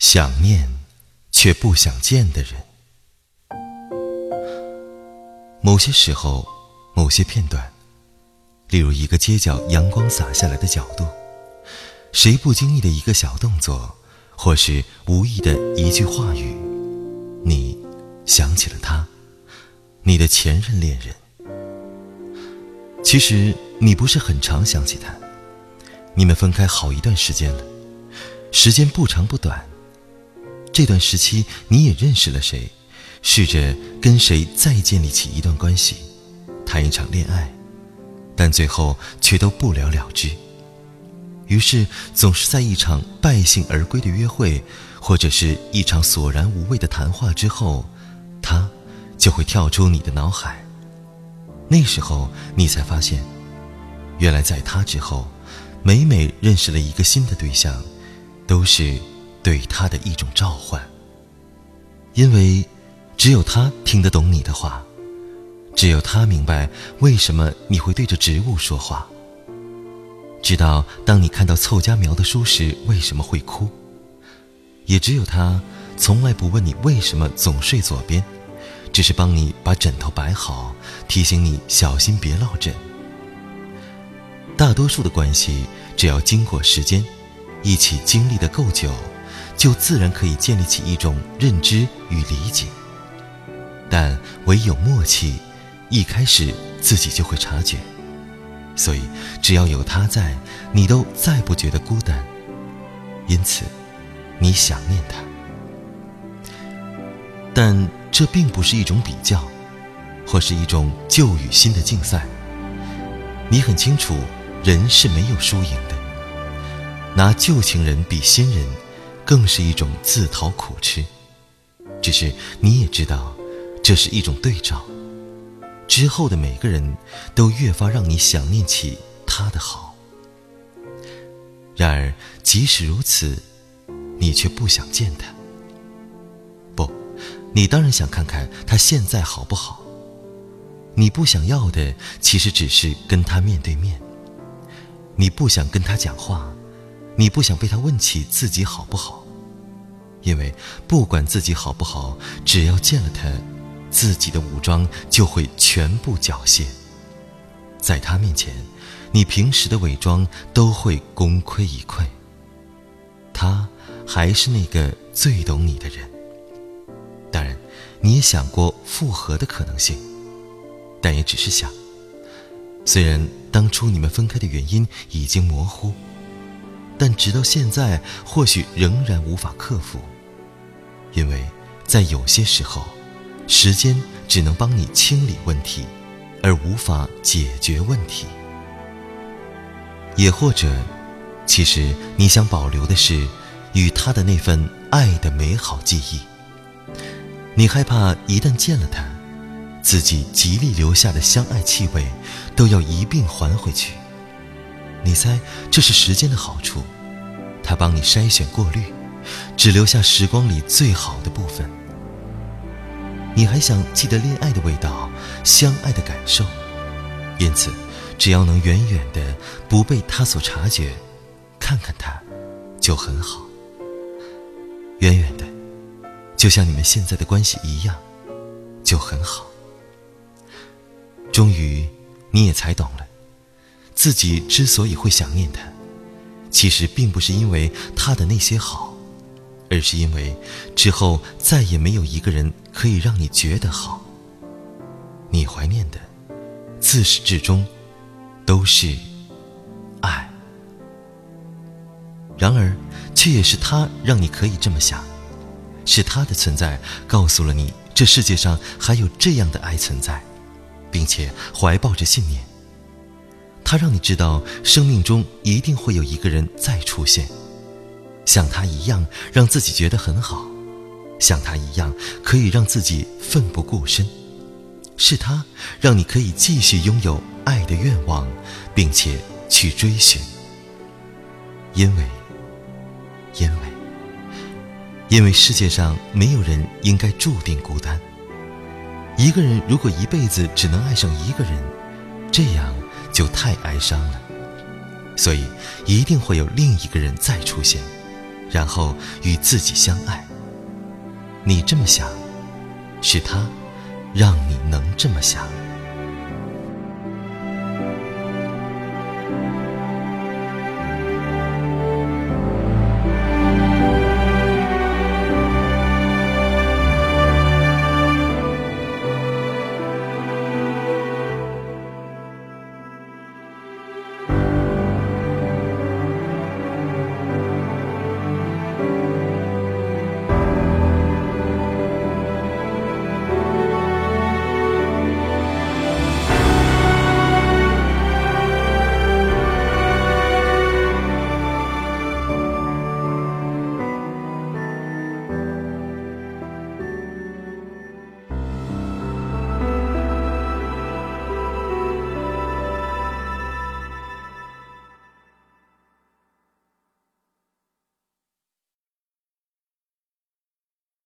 想念却不想见的人。某些时候，某些片段，例如一个街角阳光洒下来的角度，谁不经意的一个小动作，或是无意的一句话语，你想起了他，你的前任恋人。其实你不是很常想起他，你们分开好一段时间了，时间不长不短。这段时期你也认识了谁，试着跟谁再建立起一段关系，谈一场恋爱，但最后却都不了了之。于是总是在一场败兴而归的约会，或者是一场索然无味的谈话之后，他就会跳出你的脑海。那时候你才发现，原来在他之后，每每认识了一个新的对象，都是对他的一种召唤。因为只有他听得懂你的话，只有他明白为什么你会对着植物说话，知道当你看到凑佳苗的书时为什么会哭，也只有他从来不问你为什么总睡左边，只是帮你把枕头摆好，提醒你小心别落枕。大多数的关系只要经过时间，一起经历的够久，就自然可以建立起一种认知与理解。但唯有默契，一开始自己就会察觉，所以只要有他在，你都再不觉得孤单，因此你想念他。但这并不是一种比较，或是一种旧与新的竞赛。你很清楚，人是没有输赢的，拿旧情人比新人，更是一种自讨苦吃。只是你也知道，这是一种对照，之后的每个人都越发让你想念起他的好。然而即使如此，你却不想见他。不，你当然想看看他现在好不好。你不想要的其实只是跟他面对面，你不想跟他讲话，你不想被他问起自己好不好，因为不管自己好不好，只要见了他，自己的武装就会全部缴械。在他面前，你平时的伪装都会功亏一篑。他还是那个最懂你的人。当然，你也想过复合的可能性，但也只是想。虽然当初你们分开的原因已经模糊，但直到现在或许仍然无法克服，因为在有些时候，时间只能帮你清理问题，而无法解决问题。也或者，其实你想保留的是与他的那份爱的美好记忆。你害怕一旦见了他，自己极力留下的相爱气味都要一并还回去。你猜这是时间的好处，他帮你筛选过滤，只留下时光里最好的部分。你还想记得恋爱的味道，相爱的感受，因此只要能远远的不被他所察觉，看看他就很好。远远的，就像你们现在的关系一样，就很好。终于你也才懂了，自己之所以会想念他，其实并不是因为他的那些好，而是因为之后再也没有一个人可以让你觉得好。你怀念的自始至终都是爱，然而却也是他让你可以这么想，是他的存在告诉了你这世界上还有这样的爱存在，并且怀抱着信念。他让你知道生命中一定会有一个人再出现，像他一样让自己觉得很好，像他一样可以让自己奋不顾身。是他让你可以继续拥有爱的愿望，并且去追寻。因为世界上没有人应该注定孤单。一个人如果一辈子只能爱上一个人，这样就太哀伤了。所以一定会有另一个人再出现， 然后与自己相爱。你这么想，是他让你能这么想。